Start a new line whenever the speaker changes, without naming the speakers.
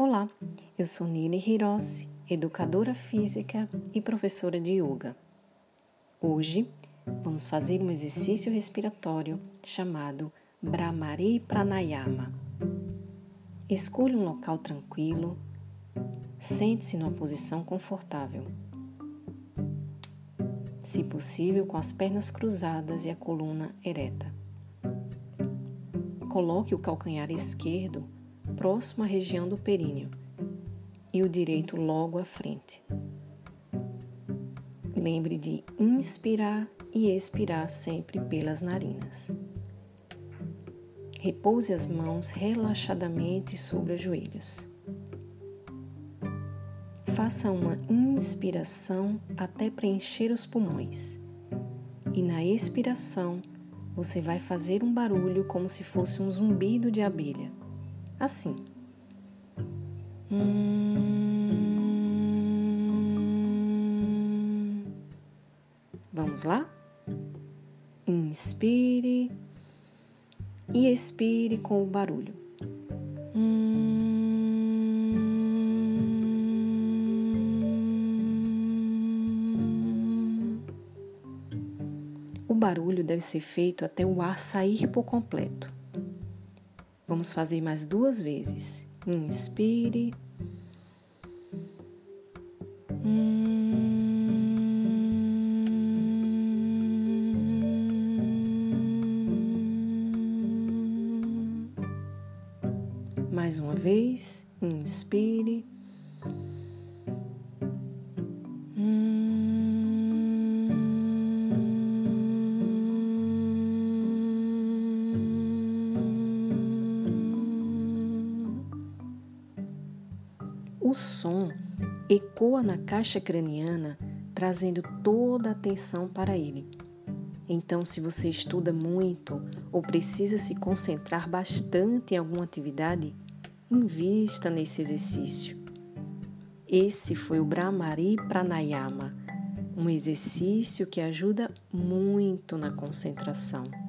Olá, eu sou Nili Hirose, educadora física e professora de yoga. Hoje vamos fazer um exercício respiratório chamado Bhramari Pranayama. Escolha um local tranquilo, sente-se numa posição confortável. Se possível, com as pernas cruzadas e a coluna ereta. Coloque o calcanhar esquerdo próximo à região do períneo e o direito logo à frente. Lembre de inspirar e expirar sempre pelas narinas. Repouse as mãos relaxadamente sobre os joelhos. Faça uma inspiração até preencher os pulmões e na expiração você vai fazer um barulho como se fosse um zumbido de abelha. Assim. Vamos lá? Inspire e expire com o barulho. O barulho deve ser feito até o ar sair por completo. Vamos fazer mais 2 vezes. Inspire. Mais uma vez. Inspire. O som ecoa na caixa craniana, trazendo toda a atenção para ele. Então, se você estuda muito ou precisa se concentrar bastante em alguma atividade, invista nesse exercício. Esse foi o Bhramari Pranayama, um exercício que ajuda muito na concentração.